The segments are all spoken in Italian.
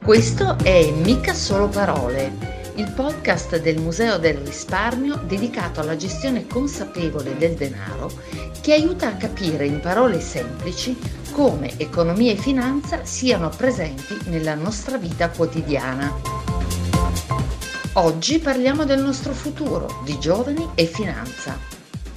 Questo è Mica Solo Parole, il podcast del Museo del Risparmio dedicato alla gestione consapevole del denaro che aiuta a capire in parole semplici come economia e finanza siano presenti nella nostra vita quotidiana. Oggi parliamo del nostro futuro, di giovani e finanza.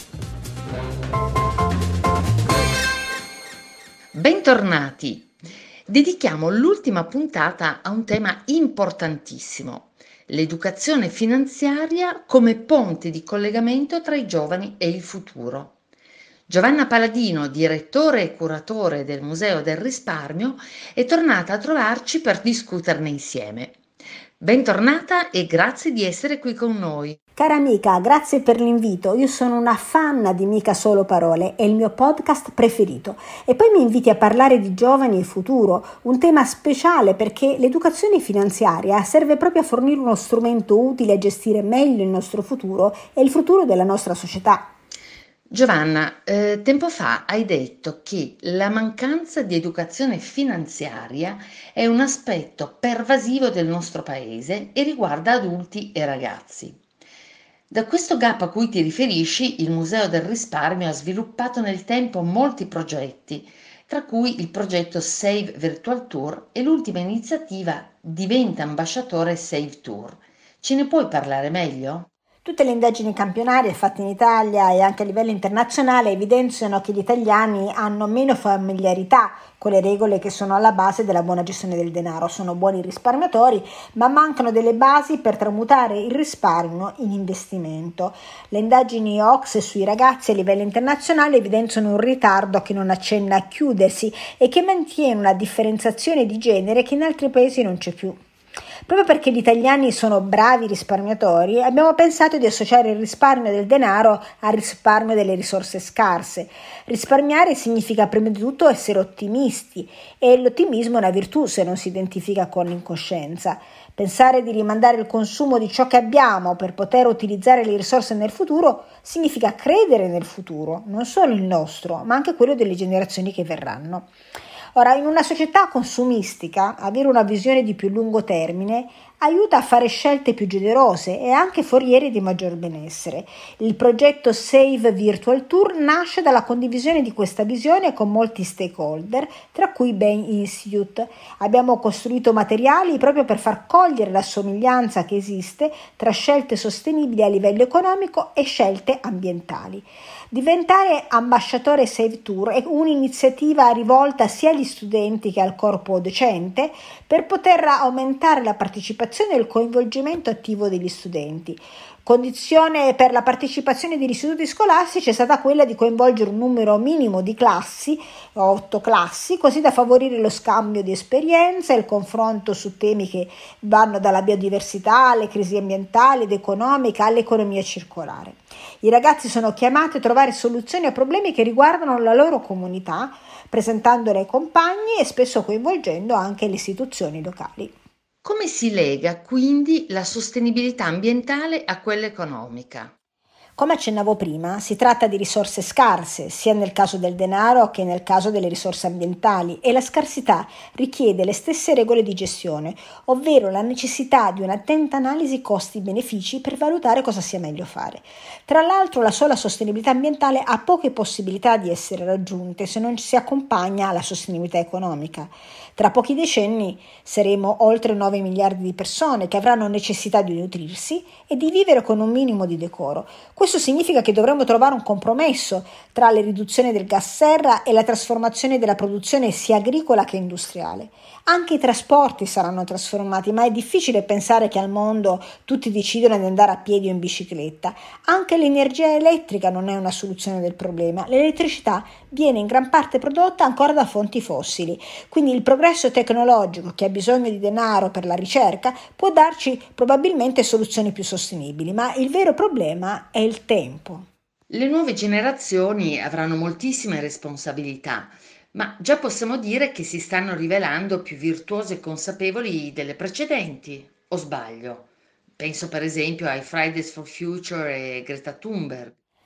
Bentornati! Dedichiamo l'ultima puntata a un tema importantissimo, l'educazione finanziaria come ponte di collegamento tra i giovani e il futuro. Giovanna Paladino, direttore e curatore del Museo del Risparmio, è tornata a trovarci per discuterne insieme. Bentornata e grazie di essere qui con noi. Cara amica, grazie per l'invito. Io sono una fan di Mica Solo Parole, è il mio podcast preferito. E poi mi inviti a parlare di giovani e futuro, un tema speciale perché l'educazione finanziaria serve proprio a fornire uno strumento utile a gestire meglio il nostro futuro e il futuro della nostra società. Giovanna, tempo fa hai detto che la mancanza di educazione finanziaria è un aspetto pervasivo del nostro paese e riguarda adulti e ragazzi. Da questo gap a cui ti riferisci, il Museo del Risparmio ha sviluppato nel tempo molti progetti, tra cui il progetto Save Virtual Tour e l'ultima iniziativa Diventa ambasciatore Save Tour. Ce ne puoi parlare meglio? Tutte le indagini campionarie fatte in Italia e anche a livello internazionale evidenziano che gli italiani hanno meno familiarità con le regole che sono alla base della buona gestione del denaro. Sono buoni risparmiatori, ma mancano delle basi per tramutare il risparmio in investimento. Le indagini OCSE sui ragazzi a livello internazionale evidenziano un ritardo che non accenna a chiudersi e che mantiene una differenziazione di genere che in altri paesi non c'è più. Proprio perché gli italiani sono bravi risparmiatori, abbiamo pensato di associare il risparmio del denaro al risparmio delle risorse scarse. Risparmiare significa prima di tutto essere ottimisti e l'ottimismo è una virtù se non si identifica con l'incoscienza. Pensare di rimandare il consumo di ciò che abbiamo per poter utilizzare le risorse nel futuro significa credere nel futuro, non solo il nostro, ma anche quello delle generazioni che verranno. Ora, in una società consumistica, avere una visione di più lungo termine aiuta a fare scelte più generose e anche foriere di maggior benessere. Il progetto Save Virtual Tour nasce dalla condivisione di questa visione con molti stakeholder, tra cui Bain Institute. Abbiamo costruito materiali proprio per far cogliere la somiglianza che esiste tra scelte sostenibili a livello economico e scelte ambientali. Diventare ambasciatore Save Tour è un'iniziativa rivolta sia agli studenti che al corpo docente per poter aumentare la partecipazione e il coinvolgimento attivo degli studenti. Condizione per la partecipazione degli istituti scolastici è stata quella di coinvolgere un numero minimo di classi, 8 classi, così da favorire lo scambio di esperienze e il confronto su temi che vanno dalla biodiversità alle crisi ambientali ed economica all'economia circolare. I ragazzi sono chiamati a trovare soluzioni a problemi che riguardano la loro comunità, presentandole ai compagni e spesso coinvolgendo anche le istituzioni locali. Come si lega quindi la sostenibilità ambientale a quella economica? Come accennavo prima, si tratta di risorse scarse, sia nel caso del denaro che nel caso delle risorse ambientali, e la scarsità richiede le stesse regole di gestione, ovvero la necessità di un'attenta analisi costi-benefici per valutare cosa sia meglio fare. Tra l'altro, la sola sostenibilità ambientale ha poche possibilità di essere raggiunte se non ci si accompagna alla sostenibilità economica. Tra pochi decenni saremo oltre 9 miliardi di persone che avranno necessità di nutrirsi e di vivere con un minimo di decoro. Questo significa che dovremo trovare un compromesso tra la riduzione del gas serra e la trasformazione della produzione sia agricola che industriale. Anche i trasporti saranno trasformati, ma è difficile pensare che al mondo tutti decidono di andare a piedi o in bicicletta. Anche l'energia elettrica non è una soluzione del problema. L'elettricità viene in gran parte prodotta ancora da fonti fossili, quindi il progresso tecnologico che ha bisogno di denaro per la ricerca può darci probabilmente soluzioni più sostenibili, ma il vero problema è il tempo. Le nuove generazioni avranno moltissime responsabilità, ma già possiamo dire che si stanno rivelando più virtuose e consapevoli delle precedenti, o sbaglio? Penso per esempio ai Fridays for Future e Greta Thunberg.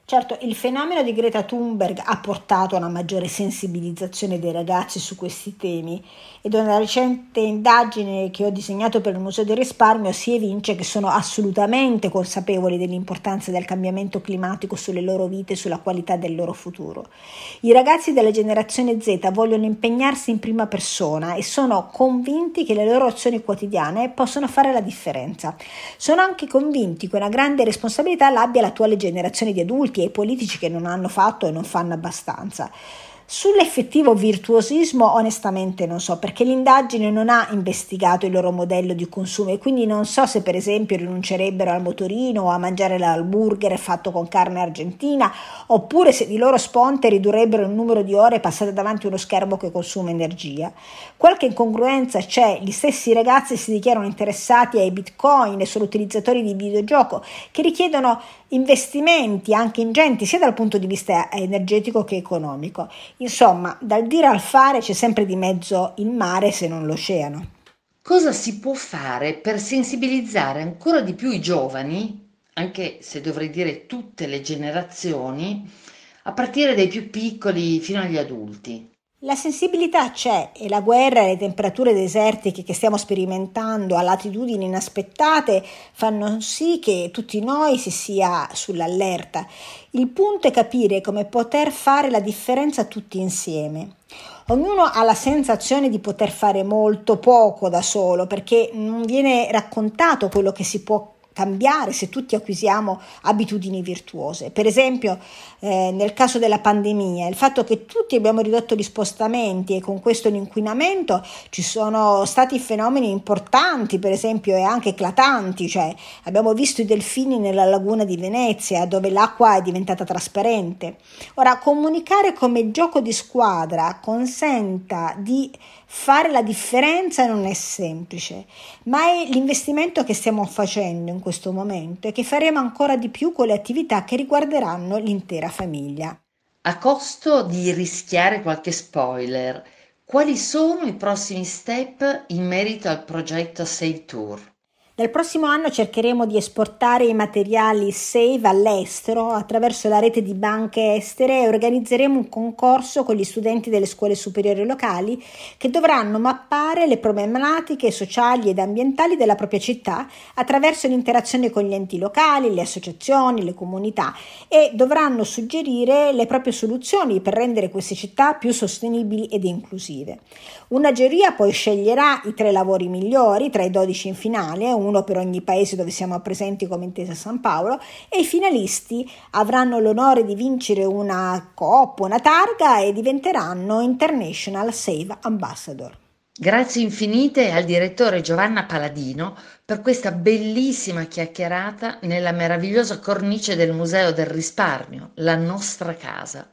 Certo, il fenomeno di Greta Thunberg ha portato a una maggiore sensibilizzazione dei ragazzi su questi temi e da una recente indagine che ho disegnato per il Museo del Risparmio si evince che sono assolutamente consapevoli dell'importanza del cambiamento climatico sulle loro vite e sulla qualità del loro futuro. I ragazzi della generazione Z vogliono impegnarsi in prima persona e sono convinti che le loro azioni quotidiane possono fare la differenza. Sono anche convinti che una grande responsabilità l'abbia l'attuale generazione di adulti e i politici che non hanno fatto e non fanno abbastanza. Sull'effettivo virtuosismo onestamente non so, perché l'indagine non ha investigato il loro modello di consumo e quindi non so se per esempio rinuncerebbero al motorino o a mangiare l'hamburger fatto con carne argentina, oppure se di loro sponte ridurrebbero il numero di ore passate davanti a uno schermo che consuma energia. Qualche incongruenza c'è, gli stessi ragazzi si dichiarano interessati ai bitcoin e sono utilizzatori di videogioco che richiedono investimenti anche ingenti sia dal punto di vista energetico che economico. Insomma, dal dire al fare c'è sempre di mezzo il mare se non l'oceano. Cosa si può fare per sensibilizzare ancora di più i giovani, anche se dovrei dire tutte le generazioni, a partire dai più piccoli fino agli adulti? La sensibilità c'è e la guerra e le temperature desertiche che stiamo sperimentando a latitudini inaspettate fanno sì che tutti noi si sia sull'allerta. Il punto è capire come poter fare la differenza tutti insieme. Ognuno ha la sensazione di poter fare molto poco da solo perché non viene raccontato quello che si può cambiare se tutti acquisiamo abitudini virtuose. Per esempio, nel caso della pandemia, il fatto che tutti abbiamo ridotto gli spostamenti e con questo l'inquinamento, ci sono stati fenomeni importanti, per esempio, e anche eclatanti, cioè abbiamo visto i delfini nella laguna di Venezia, dove l'acqua è diventata trasparente. Ora, comunicare come gioco di squadra consenta di fare la differenza non è semplice, ma è l'investimento che stiamo facendo in questo momento e che faremo ancora di più con le attività che riguarderanno l'intera famiglia. A costo di rischiare qualche spoiler, quali sono i prossimi step in merito al progetto Save Tour? Dal prossimo anno cercheremo di esportare i materiali Save all'estero attraverso la rete di banche estere e organizzeremo un concorso con gli studenti delle scuole superiori locali che dovranno mappare le problematiche sociali ed ambientali della propria città attraverso l'interazione con gli enti locali, le associazioni, le comunità e dovranno suggerire le proprie soluzioni per rendere queste città più sostenibili ed inclusive. Una giuria poi sceglierà i 3 lavori migliori tra i 12 in finale, uno per ogni paese dove siamo presenti come Intesa San Paolo, e i finalisti avranno l'onore di vincere una coppa, una targa e diventeranno International Save Ambassador. Grazie infinite al direttore Giovanna Paladino per questa bellissima chiacchierata nella meravigliosa cornice del Museo del Risparmio, la nostra casa.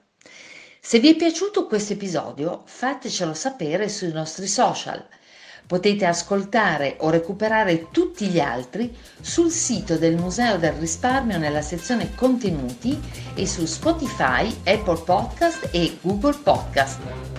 Se vi è piaciuto questo episodio, fatecelo sapere sui nostri social. Potete ascoltare o recuperare tutti gli altri sul sito del Museo del Risparmio nella sezione Contenuti e su Spotify, Apple Podcast e Google Podcast.